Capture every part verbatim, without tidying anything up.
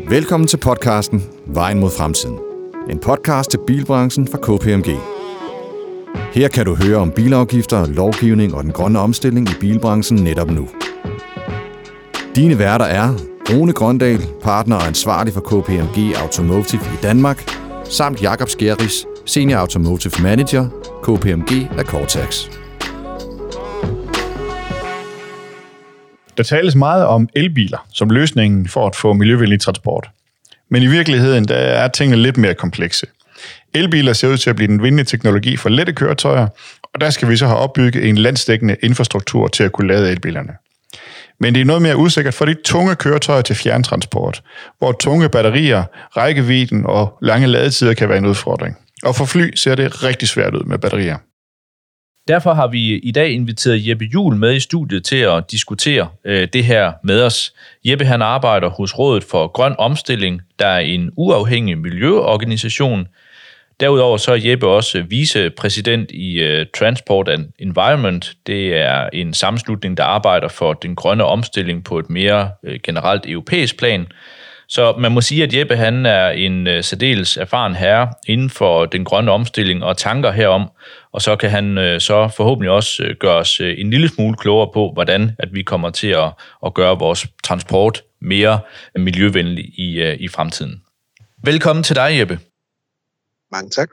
Velkommen til podcasten Vejen mod fremtiden. En podcast til bilbranchen fra K P M G. Her kan du høre om bilafgifter, lovgivning og den grønne omstilling i bilbranchen netop nu. Dine værter er Rune Grøndal, partner og ansvarlig for K P M G Automotive i Danmark, samt Jakob Skjerris, Senior Automotive Manager, K P M G af Cortex. Der tales meget om elbiler som løsningen for at få miljøvenlig transport. Men i virkeligheden der er tingene lidt mere komplekse. Elbiler ser ud til at blive den vindende teknologi for lette køretøjer, og der skal vi så have opbygget en landsdækkende infrastruktur til at kunne lade elbilerne. Men det er noget mere usikkert for de tunge køretøjer til fjerntransport, hvor tunge batterier, rækkevidden og lange ladetider kan være en udfordring. Og for fly ser det rigtig svært ud med batterier. Derfor har vi i dag inviteret Jeppe Juhl med i studiet til at diskutere øh, det her med os. Jeppe han arbejder hos Rådet for Grøn Omstilling, der er en uafhængig miljøorganisation. Derudover så er Jeppe også vicepræsident i uh, Transport and Environment. Det er en sammenslutning, der arbejder for den grønne omstilling på et mere uh, generelt europæisk plan. Så man må sige, at Jeppe han er en uh, særdeles erfaren herre inden for den grønne omstilling og tanker herom. Og så kan han uh, så forhåbentlig også uh, gøre os uh, en lille smule klogere på, hvordan at vi kommer til at, at gøre vores transport mere miljøvenlig i, uh, i fremtiden. Velkommen til dig, Jeppe. Mange tak.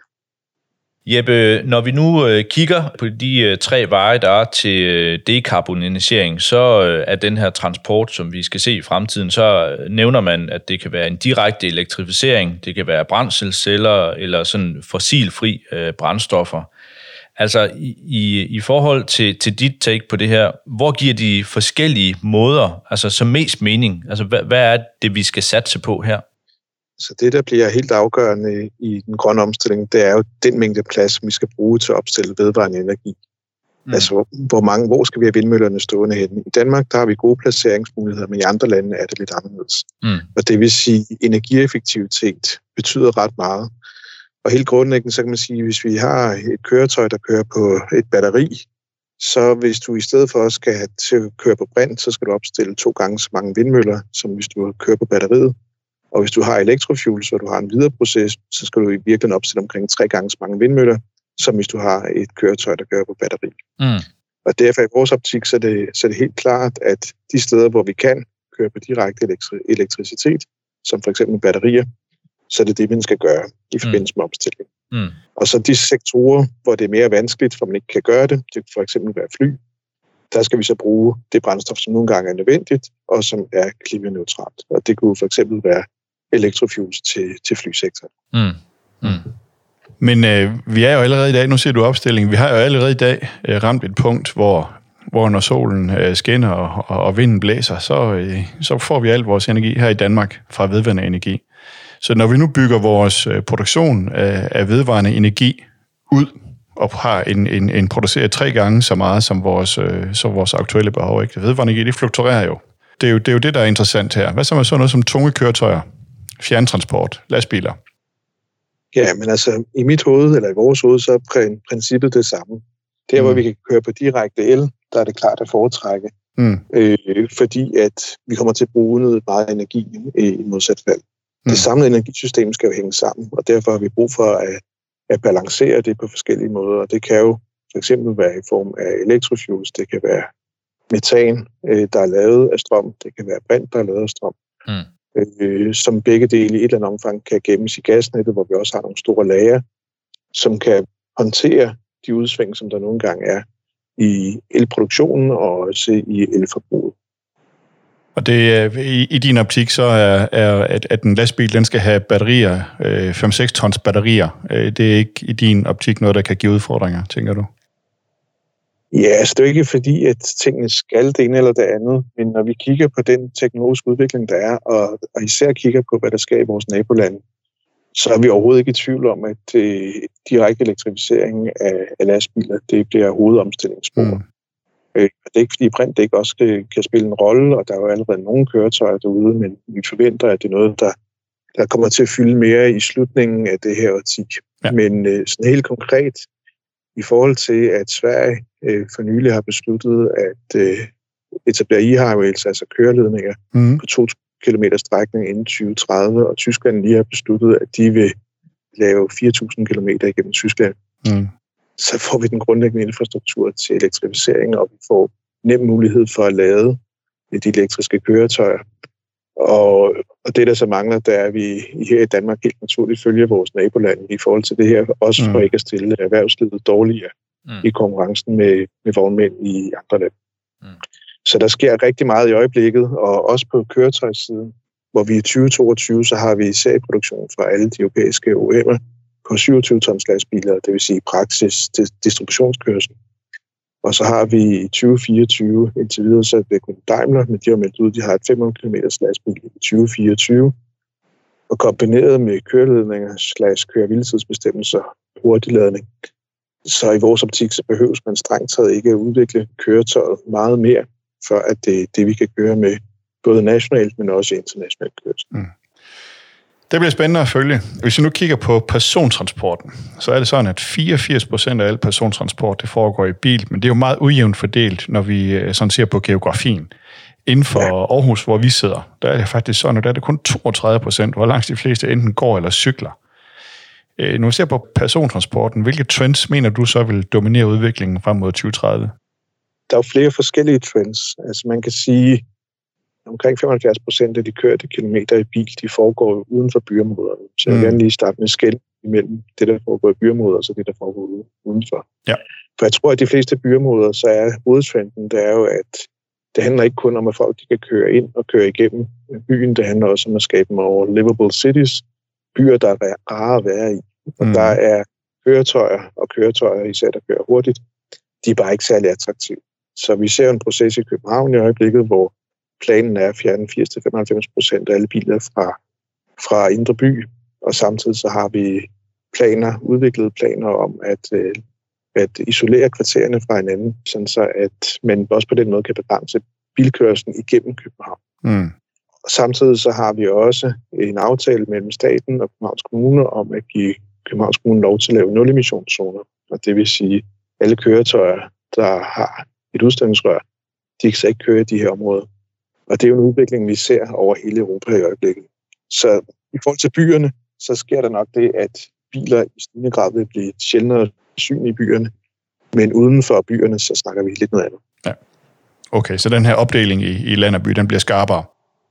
Jeppe, når vi nu øh, kigger på de øh, tre veje, der er til øh, dekarbonisering, så øh, er den her transport, som vi skal se i fremtiden, så øh, nævner man, at det kan være en direkte elektrificering, det kan være brændselsceller eller sådan fossilfri øh, brændstoffer. Altså i, i, i forhold til, til dit take på det her, hvor giver de forskellige måder, altså som mest mening? Altså hvad, hvad er det, vi skal satse på her? Så det, der bliver helt afgørende i den grønne omstilling, det er jo den mængde plads, som vi skal bruge til at opstille vedvarende energi. Mm. Altså, hvor, mange, hvor skal vi have vindmøllerne stående henne? I Danmark, der har vi gode placeringsmuligheder, men i andre lande er det lidt anderledes. Mm. Og det vil sige, at energieffektivitet betyder ret meget. Og helt grundlæggende, så kan man sige, at hvis vi har et køretøj, der kører på et batteri, så hvis du i stedet for også skal have til at køre på brint, så skal du opstille to gange så mange vindmøller, som hvis du kører på batteriet. Og hvis du har elektrofuel, så du har en videre proces, så skal du i virkeligheden opstille omkring tre gange så mange vindmøller, som hvis du har et køretøj, der kører på batteri. Mm. Og derfor i vores optik, så er, det, så er det helt klart, at de steder, hvor vi kan køre på direkte elektri- elektricitet, som for eksempel batterier, så er det det, vi skal gøre i forbindelse med opstilling. Mm. Og så de sektorer, hvor det er mere vanskeligt, for man ikke kan gøre det, det kan for eksempel være fly, der skal vi så bruge det brændstof, som nogle gange er nødvendigt, og som er klimaneutralt. Og det kunne for eksempel være elektrofuels til, til flysektoren. Mm. Mm. Men øh, vi er jo allerede i dag, nu ser du opstillingen, vi har jo allerede i dag øh, ramt et punkt, hvor, hvor når solen øh, skinner og, og, og vinden blæser, så, øh, så får vi al vores energi her i Danmark fra vedvarende energi. Så når vi nu bygger vores øh, produktion af, af vedvarende energi ud, og har en, en, en produceret tre gange så meget som vores, øh, som vores aktuelle behov, ikke? Det vedvarende energi, det fluktuerer jo. Det er jo, det er jo det, der er interessant her. Hvad så med sådan noget som tunge køretøjer? Fjerntransport, lastbiler? Ja, men altså i mit hoved, eller i vores hoved, så er princippet det samme. Der, mm. hvor vi kan køre på direkte el, der er det klart at foretrække. Mm. Øh, fordi at vi kommer til at bruge noget meget energi i modsat fald. Mm. Det samlede energisystem skal jo hænge sammen, og derfor har vi brug for at, at balancere det på forskellige måder. Og det kan jo for eksempel være i form af elektrofuels, det kan være metan, øh, der er lavet af strøm, det kan være brint, der er lavet af strøm. Mm. Øh, som begge dele i et eller andet omfang kan gemmes i gasnettet, hvor vi også har nogle store lager, som kan håndtere de udsving, som der nogle gange er i elproduktionen og også i elforbruget. Og det i, i din optik så er, er at, at en lastbil den skal have batterier, øh, fem til seks tons batterier. Øh, det er ikke i din optik noget, der kan give udfordringer, tænker du? Ja, altså det er ikke fordi, at tingene skal det ene eller det andet, men når vi kigger på den teknologiske udvikling, der er, og, og især kigger på, hvad der sker i vores nabolande, så er vi overhovedet ikke i tvivl om, at øh, direkte elektrificering af, af lastbiler, det bliver hovedomstillingsspor. Mm. Øh, det er ikke fordi brint ikke også kan, kan spille en rolle, og der er jo allerede nogle køretøjer derude, men vi forventer, at det er noget, der, der kommer til at fylde mere i slutningen af det her årti. Ja. Men øh, sådan helt konkret, i forhold til, at Sverige øh, for nylig har besluttet at øh, etablere e-highways, altså køreledninger, mm. på to kilometer strækning inden tyve tredive, og Tyskland lige har besluttet, at de vil lave fire tusind kilometer igennem Tyskland. Mm. Så får vi den grundlæggende infrastruktur til elektrificering, og vi får nem mulighed for at lade de elektriske køretøjer. Og, og det, der så mangler, der er, at vi her i Danmark helt naturligt følger vores nabolande i forhold til det her, også for mm. ikke at stille erhvervslivet dårligere mm. i konkurrencen med, med vognmænd i andre lande. Mm. Så der sker rigtig meget i øjeblikket, og også på køretøjssiden, hvor vi i tyve toogtyve, så har vi serieproduktion fra alle de europæiske O M'er på syvogtyve tons lastbiler, det vil sige praksis til distributionskørsel. Og så har vi i tyve fireogtyve indtil videre, så er det kun Daimler, men de har meldt ud, de har et fem hundrede kilometer lastbil i tyve fireogtyve. Og kombineret med køreledninger slags køre-hviletidsbestemmelser hurtigladning. Så i vores optik, så behøves man strengt taget ikke at udvikle køretøjet meget mere, for at det det, vi kan køre med, både nationalt, men også internationalt kørsel. Mm. Det bliver spændende at følge. Hvis vi nu kigger på persontransporten, så er det sådan, at fireogfirs procent af al persontransport det foregår i bil, men det er jo meget ujævnt fordelt, når vi sådan ser på geografien. Inden for ja. Aarhus, hvor vi sidder, der er det faktisk sådan, at der er det kun toogtredive procent, hvor langt de fleste enten går eller cykler. Når vi ser på persontransporten, hvilke trends mener du så vil dominere udviklingen frem mod tyve tredive? Der er jo flere forskellige trends. Altså man kan sige, omkring femoghalvfjerds procent af de kørte kilometer i bil, de foregår uden for byområderne. Så jeg vil mm. gerne lige starte med skel imellem det, der foregår i byområder, og så det, der foregår udenfor. Ja. For jeg tror, at de fleste byområder, så er hovedtrenden, det er jo, at det handler ikke kun om, at folk de kan køre ind og køre igennem byen. Det handler også om at skabe more livable cities. Byer, der er rare at være i. Og mm. der er køretøjer, og køretøjer især, der kører hurtigt, de er bare ikke særlig attraktive. Så vi ser en proces i København i øjeblikket, hvor planen er at fjerne firs til femoghalvfems procent af alle biler fra, fra indre by, og samtidig så har vi planer, udviklede planer om at, at isolere kvartererne fra hinanden, sådan så at man også på den måde kan begrænse bilkørslen igennem København. Mm. Og samtidig så har vi også en aftale mellem staten og Københavns Kommune om at give Københavns Kommune lov til at lave nul-emissionszoner, og det vil sige, alle køretøjer, der har et udstødningsrør, de kan så ikke køre i de her områder. Og det er jo en udvikling, vi ser over hele Europa i øjeblikket. Så i forhold til byerne, så sker der nok det, at biler i stigende grad vil blive sjældnere synlige i byerne. Men uden for byerne, så snakker vi lidt noget andet. Ja. Okay, så den her opdeling i, i land og by, den bliver skarpere?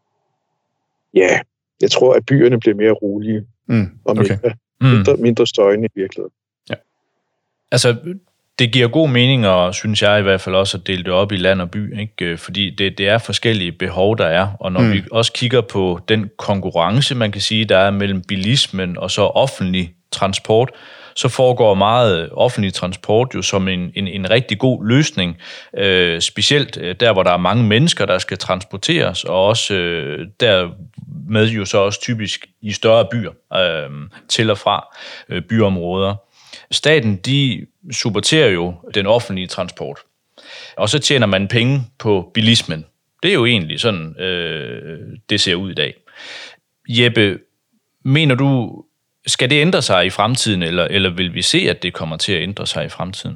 Ja, jeg tror, at byerne bliver mere rolige mm, og mindre, okay. mindre, mindre støjende i virkeligheden. Ja. Altså, det giver god mening, og synes jeg i hvert fald også, at dele det op i land og by, ikke? Fordi det, det er forskellige behov, der er. Og når mm. vi også kigger på den konkurrence, man kan sige, der er mellem bilismen og så offentlig transport, så foregår meget offentlig transport jo som en, en, en rigtig god løsning, øh, specielt der, hvor der er mange mennesker, der skal transporteres, og også øh, dermed jo så også typisk i større byer, øh, til og fra øh, byområder. Staten, de supporterer jo den offentlige transport, og så tjener man penge på bilismen. Det er jo egentlig sådan, øh, det ser ud i dag. Jeppe, mener du, skal det ændre sig i fremtiden, eller, eller vil vi se, at det kommer til at ændre sig i fremtiden?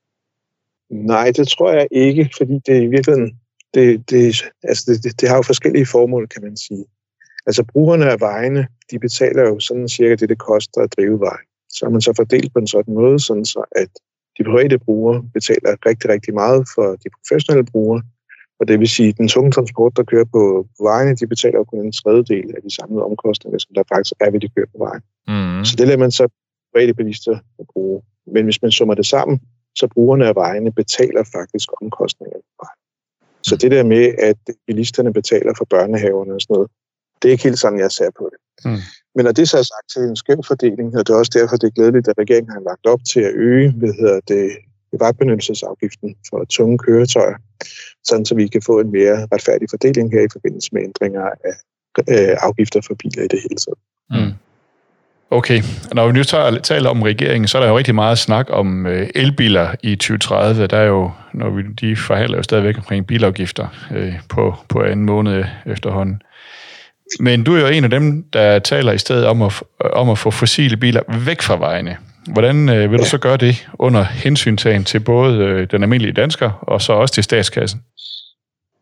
Nej, det tror jeg ikke, fordi det i virkeligheden, det, det, altså det, det, det har jo forskellige formål, kan man sige. Altså brugerne af vejene, de betaler jo sådan cirka det, det koster at drive vej. Så har man så fordelt på en sådan måde, sådan så at de private brugere betaler rigtig, rigtig meget for de professionelle brugere. Og det vil sige, at den tunge transport, der kører på, på vejene, de betaler jo kun en tredjedel af de samlede omkostninger, som der faktisk er ved de kører på vejen. Mm. Så det lader man så private bilister bruge. Men hvis man summer det sammen, så brugerne af vejene betaler faktisk omkostningerne på vejen. Så det der med, at bilisterne betaler for børnehaverne og sådan noget, det er ikke helt sådan, jeg ser på det. Mm. Men når det så er sagt til en skæv fordeling, og det er også derfor, det er glædeligt, at regeringen har lagt op til at øge, hvad hedder det, vejbenyttelsesafgiften for tunge køretøjer, sådan så vi kan få en mere retfærdig fordeling her i forbindelse med ændringer af øh, afgifter for biler i det hele taget. Mm. Okay, når vi nu taler om regeringen, så er der jo rigtig meget snak om øh, elbiler i tyve tredive. Der er jo, når vi de forhandler jo stadigvæk omkring bilafgifter øh, på, på anden måned efterhånden. Men du er jo en af dem, der taler i stedet om at, om at få fossile biler væk fra vejene. Hvordan øh, vil du så gøre det under hensyntagen til både øh, den almindelige dansker og så også til statskassen?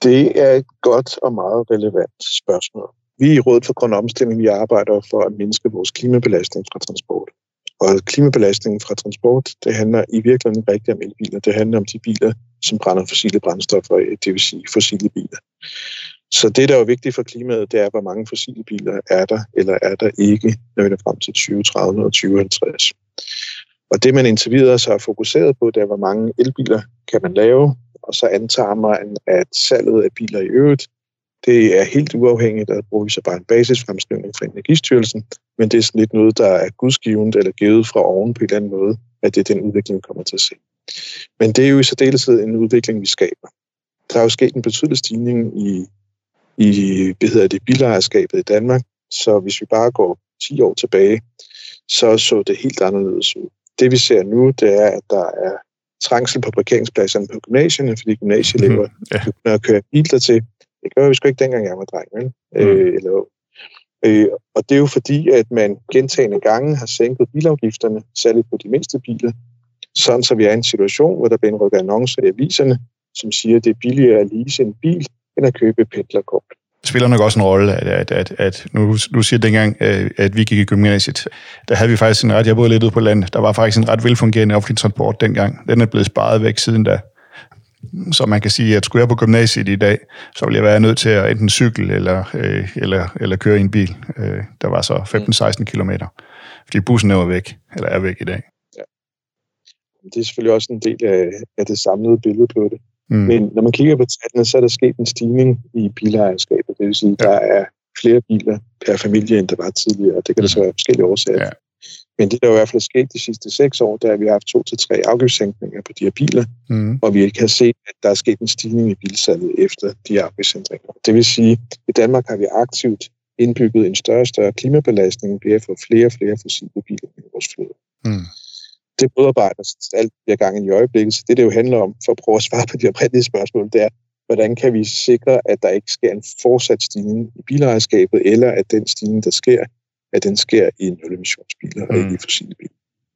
Det er et godt og meget relevant spørgsmål. Vi i Rådet for Grøn Omstilling, vi arbejder for at mindske vores klimabelastning fra transport. Og klimabelastningen fra transport, det handler i virkeligheden rigtig om elbiler. Det handler om de biler, som brænder fossile brændstoffer, det vil sige fossile biler. Så det, der er vigtigt for klimaet, det er, hvor mange fossile biler er der, eller er der ikke, når vi er frem til tyve tredive og tyve halvtreds. Og det, man indtil videre så har fokuseret på, det er, hvor mange elbiler kan man lave, og så antager man, at salget af biler i øvrigt, det er helt uafhængigt, der bruger vi så bare en basisfremskrivning fra Energistyrelsen, men det er sådan lidt noget, der er gudsgivent eller givet fra oven på en eller anden måde, at det er den udvikling, vi kommer til at se. Men det er jo i særdeleshed en udvikling, vi skaber. Der er jo sket en betydelig stigning i, i hvad hedder det, bilejerskabet i Danmark, så hvis vi bare går ti år tilbage, så så det helt anderledes ud. Det vi ser nu, det er, at der er trængsel på parkeringspladserne på gymnasierne, fordi gymnasieelever begynder ja. at køre bil dertil. Det gør vi sgu ikke dengang, jeg var dreng, vel? Mm. Øh, eller, øh, og det er jo fordi, at man gentagne gange har sænket bilafgifterne, særligt på de mindste biler, sådan så vi er i en situation, hvor der bliver rykket annoncer i aviserne, som siger, at det er billigere at lease en bil, end at købe et pendlerkort. Det spiller nok også en rolle, at, at, at, at nu, nu siger dengang, at vi gik i gymnasiet, der havde vi faktisk en ret, jeg boede lidt ude på landet, der var faktisk en ret velfungerende offentlig transport dengang. Den er blevet sparet væk siden da. Så man kan sige, at skulle jeg på gymnasiet i dag, så ville jeg være nødt til at enten cykle eller, øh, eller, eller køre i en bil. Øh, der var så femten til seksten kilometer, fordi bussen er væk, eller er væk i dag. Ja. Det er selvfølgelig også en del af, af det samlede billede på det. Mm. Men når man kigger på tallene, så er der sket en stigning i bilejerskabet. Det vil sige, at ja. der er flere biler per familie, end der var tidligere. Det kan der så være forskellige årsager. Ja. Men det, der i hvert fald er sket de sidste seks år, der er, at vi har haft to til tre afgiftssænkninger på de her biler, mm. og vi ikke har set, at der er sket en stigning i bilsalget efter de afgiftssænkninger. Det vil sige, at i Danmark har vi aktivt indbygget en større og større klimabelastning ved at få flere og flere fossile biler i vores flåde. Mm. Det modarbejder alt det gang i øjeblikket, så det, det jo handler om, for at prøve at svare på de oprindelige spørgsmål, det er, hvordan kan vi sikre, at der ikke sker en fortsat stigning i bilejerskabet, eller at den stigning, der sker, at den sker i nul-emissionsbiler og ikke i fossile biler.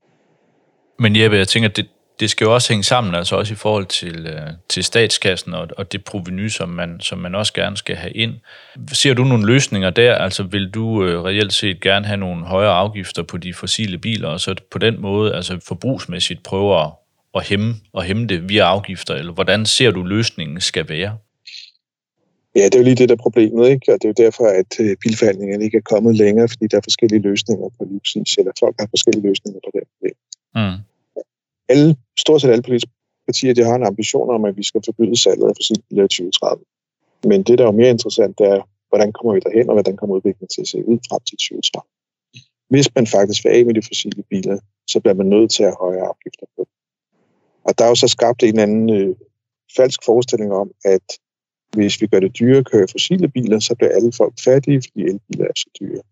Men Jeppe, jeg tænker, at det, det skal jo også hænge sammen, altså også i forhold til, øh, til statskassen og, og det provenu, som man, som man også gerne skal have ind. Ser du nogle løsninger der? Altså vil du øh, reelt set gerne have nogle højere afgifter på de fossile biler, og så på den måde altså forbrugsmæssigt prøve at, at hæmme, at hæmme det via afgifter, eller hvordan ser du løsningen skal være? Ja, det er jo lige det, der er problemet, ikke? Og det er jo derfor, at bilforhandlingerne ikke er kommet længere, fordi der er forskellige løsninger på lige præcis, eller folk har forskellige løsninger på det problem. Mm. Alle, stort set alle politiske partier, de har en ambition om, at vi skal forbyde salget af fossile biler i tyve tredive. Men det, der er mere interessant, det er, hvordan kommer vi derhen, og hvordan kommer udviklingen til at se ud frem til tyve tredive. Hvis man faktisk vil af med de fossile biler, så bliver man nødt til at have højere afgifter på det. Og der er jo så skabt en anden øh, falsk forestilling om, at hvis vi gør det dyre at køre fossile biler, så bliver alle folk fattige, fordi elbiler er så dyre.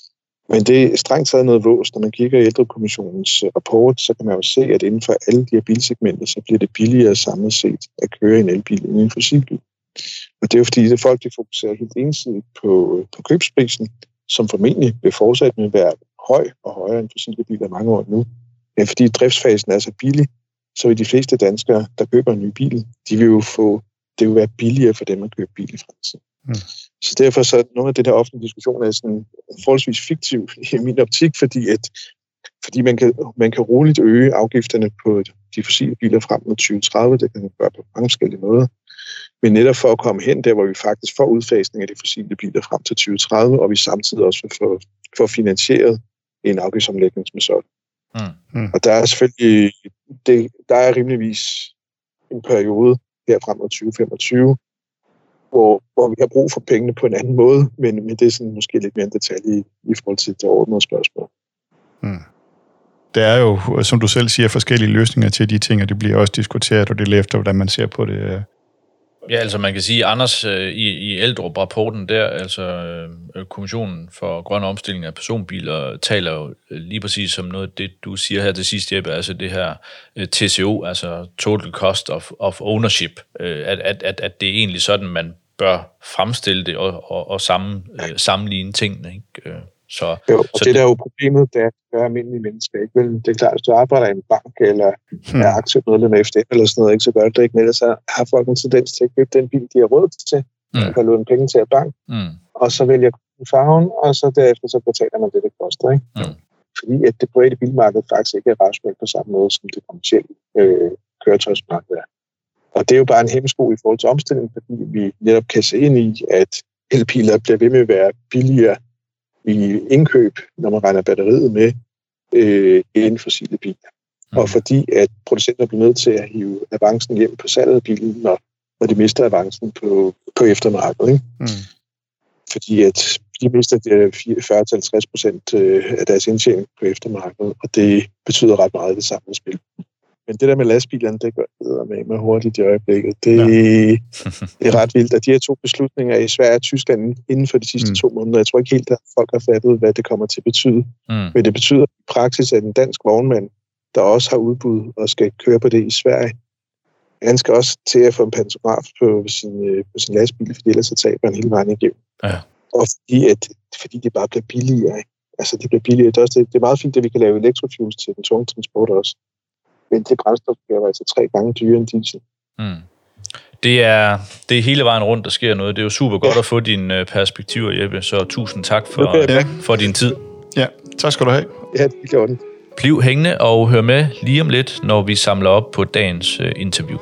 Men det er strengt taget noget vås. Når man kigger i Eldrup-kommissionens rapport, så kan man jo se, at inden for alle de her bilsegmenter, så bliver det billigere samlet set at køre en elbil end en fossilbil. Og det er jo fordi, det folk de fokuserer helt ensidigt på, på købsprisen, som formentlig vil fortsætte med at være høj og højere end fossile biler mange år nu. Men fordi driftsfasen er så billig, så vil de fleste danskere, der køber en ny bil, de vil jo få det vil være billigere for dem at købe bil i fremtiden. Mm. Så derfor så nogle af det der offentlige diskussion er sådan forholdsvis fiktiv i min optik, fordi at fordi man kan man kan roligt øge afgifterne på de fossile biler frem mod tyve tredive, det kan man gøre på mange forskellige måder. Men netop for at komme hen der, hvor vi faktisk får udfasning af de fossile biler frem til tyve tredive, og vi samtidig også får, får finansieret en afgiftsomlægning som sådan. Mm. Mm. Og der er selvfølgelig det, der er rimeligvis en periode her frem mod tyve femogtyve, hvor, hvor vi har brug for pengene på en anden måde, men, men det er sådan måske lidt mere en detalje i, i forhold til det overordnede spørgsmål. Mm. Der er jo, som du selv siger, forskellige løsninger til de ting, og det bliver også diskuteret, og det er efter, hvordan man ser på det. Ja, altså man kan sige, Anders, i, i Eldrup-rapporten der, altså øh, Kommissionen for Grøn Omstilling af Personbiler, taler jo lige præcis om noget af det, du siger her til sidst, Jeppe, altså det her øh, T C O, altså Total Cost of, of Ownership, øh, at, at, at, at det er egentlig sådan, man bør fremstille det og, og, og sammen, øh, sammenligne tingene, ikke? Så, jo, og så det, der er jo problemet, det er, at almindelige mennesker ikke vel. Det er klart, hvis du arbejder i en bank, eller hmm. er aktivt medlem af F D M, eller sådan noget, ikke, så gør det ikke, men ellers har folk en tendens til at købe den bil, de har råd til, mm. og kan låne penge til at bank, mm. og så vælger farven, og så derefter så betaler man det, det koster, ikke? Mm. Fordi at det private bilmarked faktisk ikke er rationelt på samme måde, som det kommercielle øh, køretøjsmarked er. Og det er jo bare en hemmesko i forhold til omstilling, fordi vi netop kan se ind i, at elbiler bliver ved med at være billigere i indkøb, når man regner batteriet med, øh, end fossile biler. Mm. Og fordi at producenter bliver nødt til at hive avancen hjem på salget af bilen, når, når de mister avancen på, på eftermarkedet. Ikke? Mm. Fordi at de mister fyrre til halvtreds procent af deres indtjening på eftermarkedet, og det betyder ret meget det samme spil. Men det der med lastbilerne, det gør det med, med hurtigt i øjeblikket. Det, ja. det er ret vildt, at de her to beslutninger i Sverige og Tyskland inden for de sidste mm. to måneder, jeg tror ikke helt, at folk har fattet, hvad det kommer til at betyde. Mm. Men det betyder i praksis, at en dansk vognmand, der også har udbud og skal køre på det i Sverige, han skal også til at få en pantograf på sin, på sin lastbil, fordi ellers så taber han hele vejen igennem. Ja. Og fordi, at, fordi det bare bliver billigere. Ikke? Altså, det bliver billigere. Det er, også det, det er meget fint, at vi kan lave elektrofuels til den tunge transport også. Men det brændstof bliver altså tre gange dyrere end diesel. Mm. Det er, det er hele vejen rundt, der sker noget. Det er jo super godt ja. At få dine perspektiver, Jeppe. Så tusind tak for, okay, for din tid. Ja, tak skal du have. Ja, det gjorde den. Bliv hængende og hør med lige om lidt, når vi samler op på dagens uh, interview.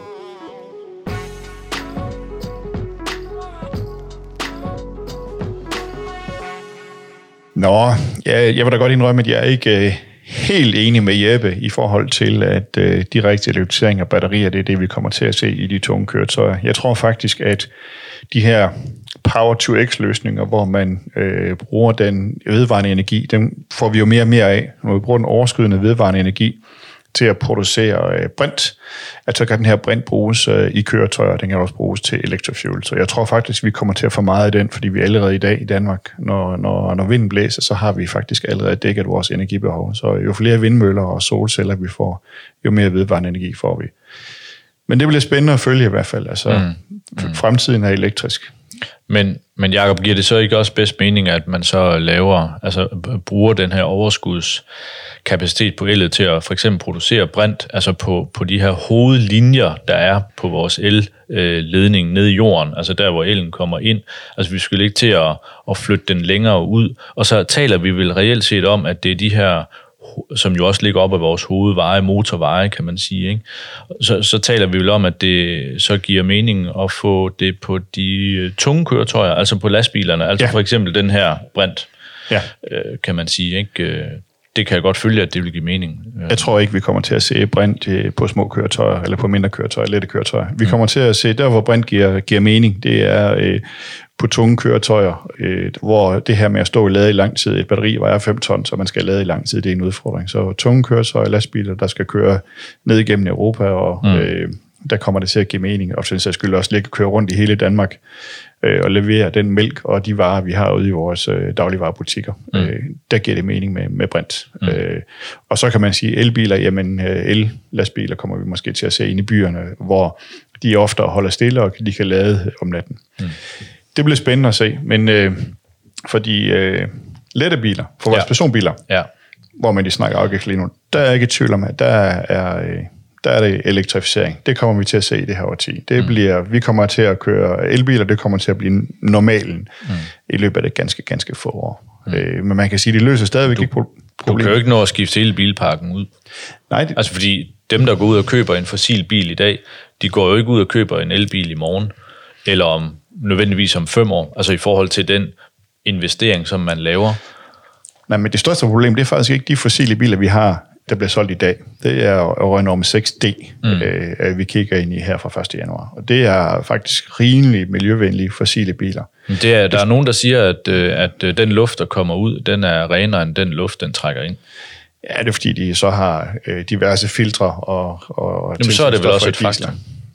Nå, ja, jeg vil da godt indrømme, at jeg er ikke øh, helt enig med Jeppe i forhold til, at øh, direkte elektrificering af batterier, det er det, vi kommer til at se i de tunge køretøjer. Jeg tror faktisk, at de her Power to X-løsninger, hvor man øh, bruger den vedvarende energi, dem får vi jo mere og mere af. Når vi bruger den overskydende vedvarende energi til at producere øh, brint, at så kan den her brint bruges øh, i køretøjer, den kan også bruges til electrofuel. Så jeg tror faktisk, vi kommer til at få meget af den, fordi vi allerede i dag i Danmark, når, når, når vinden blæser, så har vi faktisk allerede dækket vores energibehov. Så jo flere vindmøller og solceller vi får, jo mere vedvarende energi får vi. Men det bliver spændende at følge i hvert fald. Altså, mm. Mm. Fremtiden er elektrisk. Men, men Jacob, giver det så ikke også bedst mening, at man så laver, altså bruger den her overskudskapacitet på ellet til at for eksempel producere brint, altså på, på de her hovedlinjer, der er på vores elledning nede i jorden, altså der, hvor ellen kommer ind. Altså vi skal ikke til at, at flytte den længere ud. Og så taler vi vel reelt set om, at det er de her, som jo også ligger op ad vores hovedveje, motorveje, kan man sige, ikke? Så, så taler vi vel om, at det så giver mening at få det på de tunge køretøjer, altså på lastbilerne, altså ja. For eksempel den her brint, ja. øh, kan man sige, ikke? Det kan jeg godt følge, at det vil give mening. Jeg tror ikke, vi kommer til at se brint på små køretøjer, eller på mindre køretøjer, lette køretøjer. Vi kommer til at se, der hvor brint giver, giver mening, det er øh, på tunge køretøjer, øh, hvor det her med at stå i lade i lang tid, et batteri vejer fem ton, så man skal lade i lang tid, det er en udfordring. Så tunge køretøjer, lastbiler, der skal køre ned igennem Europa, og mm. øh, der kommer det til at give mening, og for den sags skyld også ligge og køre rundt i hele Danmark, øh, og levere den mælk og de varer, vi har ude i vores øh, dagligvarebutikker. Mm. Øh, der giver det mening med, med brint. Mm. Øh, og så kan man sige, elbiler, jamen øh, el-lastbiler kommer vi måske til at se ind i byerne, hvor de ofte holder stille, og de kan lade om natten. Mm. Det bliver spændende at se, men øh, for de øh, lette biler, for vores ja. personbiler, ja. hvor man de snakker afgift lige nu, der er ikke i tvivl om, at der er, øh, der er det elektrificering. Det kommer vi til at se i det her årti. Det mm. bliver, vi kommer til at køre elbiler, det kommer til at blive normalen mm. i løbet af det ganske, ganske få år. Mm. Øh, men man kan sige, at de løser stadigvæk du, ikke problemer. Du kan jo ikke nå at skifte hele bilparken ud. Nej. Det, altså fordi dem, der går ud og køber en fossil bil i dag, de går jo ikke ud og køber en elbil i morgen, eller om nødvendigvis om fem år, altså i forhold til den investering, som man laver. Nej, men det største problem, det er faktisk ikke de fossile biler, vi har, der bliver solgt i dag. Det er Renault seks D, mm. øh, vi kigger ind i her fra første januar. Og det er faktisk rimelig miljøvenlige fossile biler. Det er, der er nogen, der siger, at, at den luft, der kommer ud, den er renere end den luft, den trækker ind. Ja, det er fordi, de så har øh, diverse filtre og... og Jamen, så er det vel også et faktum.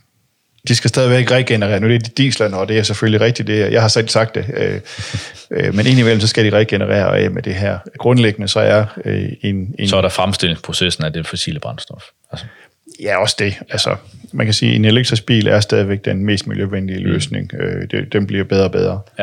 De skal stadigvæk regenerere. Nu er det de dieslerne, og det er selvfølgelig rigtigt. Det er, jeg har selv sagt det. Øh, øh, men indimellem, så skal de regenerere af med det her. Grundlæggende, så er øh, en, en... Så er der fremstillingsprocessen af det fossile brændstof. Altså. Ja, også det. Altså, man kan sige, at en elektrisk bil er stadigvæk den mest miljøvenlige løsning. Mm. Øh, det, den bliver bedre og bedre. Ja.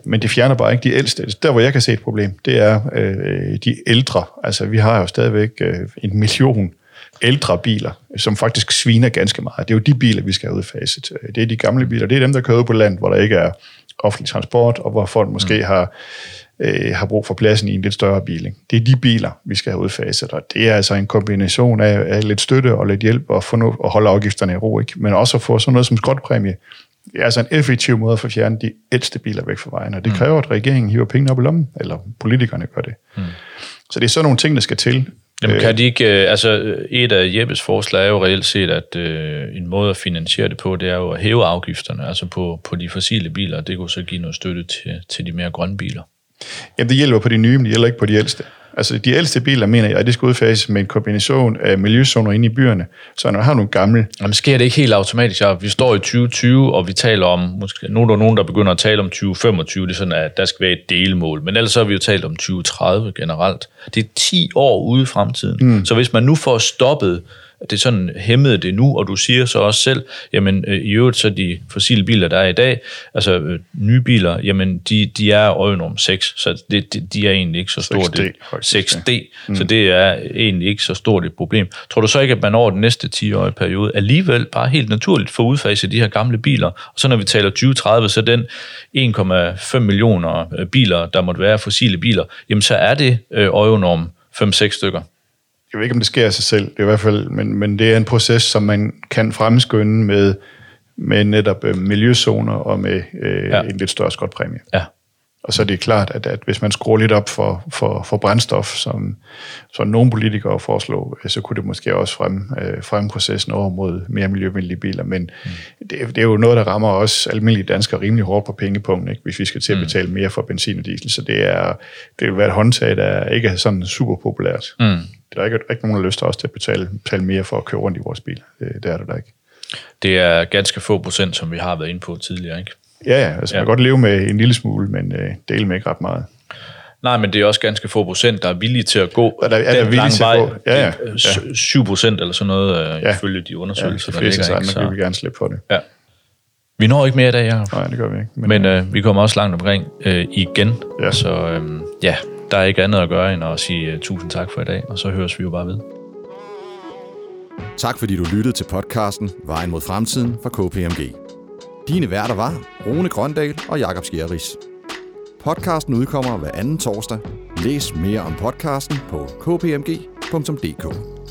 Men det fjerner bare ikke de ældste. Der, hvor jeg kan se et problem, det er øh, de ældre. Altså, vi har jo stadigvæk øh, en million ældre biler, som faktisk sviner ganske meget. Det er jo de biler, vi skal have udfaset. Det er de gamle biler. Det er dem, der kører ud på land, hvor der ikke er offentlig transport, og hvor folk måske mm. har, øh, har brug for pladsen i en lidt større bil. Ikke? Det er de biler, vi skal have udfaset, og det er altså en kombination af, af lidt støtte og lidt hjælp og, få no- og holde afgifterne i ro, ikke? Men også at få sådan noget som skrotpræmie. Det er altså en effektiv måde at få fjernet de ældste biler væk fra vejen, og det kræver, at regeringen hiver pengene op i lommen, eller politikerne gør det. Mm. Så det er sådan nogle ting, der skal til. Jamen kan de ikke, altså et af Jeppes forslag er jo reelt set, at øh, en måde at finansiere det på, det er jo at hæve afgifterne, altså på, på de fossile biler, og det kunne så give noget støtte til, til de mere grønne biler. Jamen det hjælper på de nye, men det hjælper ikke på de ældste. Altså de ældste biler, mener jeg, at det skal udfases med en kombination af miljøzoner inde i byerne, så når man har nogle gamle... Jamen sker det ikke helt automatisk, ja. Vi står i tyve tyve, og vi taler om, måske, nu er der nogen, der begynder at tale om tyve femogtyve, det er sådan, at der skal være et delmål, men ellers så har vi jo talt om tyve tredive generelt. Det er ti år ude i fremtiden, mm. så hvis man nu får stoppet, det er sådan hæmmede det nu, og du siger så også selv, jamen øh, i øvrigt så de fossile biler, der er i dag, altså øh, nye biler, jamen de, de er øjenorm seks, så det, de, de er egentlig ikke så stort. seks D, seks D, mm. så det er egentlig ikke så stort et problem. Tror du så ikke, at man over den næste ti-årige periode alligevel bare helt naturligt får udfaset de her gamle biler, og så når vi taler tyve tredive, så den en komma fem millioner biler, der måtte være fossile biler, jamen så er det øh, øjenorm fem seks stykker. Jeg ved ikke, om det sker af sig selv, det er i hvert fald, men, men det er en proces, som man kan fremskynde med, med netop øh, miljøzoner og med øh, ja. en lidt større skrotpræmie. Ja. Og så er det klart, at, at hvis man skruer lidt op for, for, for brændstof, som, som nogle politikere foreslår, så kunne det måske også frem, øh, fremme processen over mod mere miljøvenlige biler. Men mm. det, det er jo noget, der rammer os almindelige danskere rimelig hårdt på pengepunkten, ikke? Hvis vi skal til at betale mere for benzin og diesel. Så det, er, det vil være et håndtag, der ikke er sådan super populært. Mm. Der er ikke, ikke nogen, der har lyst til os til at betale, betale mere for at køre rundt i vores bil. Det, det er det der ikke. Det er ganske få procent, som vi har været inde på tidligere, ikke? Ja, ja. Altså, ja. Man kan godt leve med en lille smule, men øh, dele med ikke ret meget. Nej, men det er også ganske få procent, der er villige til at gå er der, er der den lange vej. Ja, ja. syv procent eller sådan noget, øh, ja. ifølge de undersøgelser, ja, de fleste der ligger. Så vil vi gerne slippe for det. Ja. Vi når ikke mere i dag, Jacob. Nej, det gør vi ikke. Men, men øh, vi kommer også langt omkring øh, igen. Ja. Så øh, ja, der er ikke andet at gøre, end at sige uh, tusind tak for i dag, og så høres vi jo bare ved. Tak fordi du lyttede til podcasten Vejen mod fremtiden fra K P M G. Dine værter var Rune Grøndal og Jakob Skjerris. Podcasten udkommer hver anden torsdag. Læs mere om podcasten på k p m g punktum d k.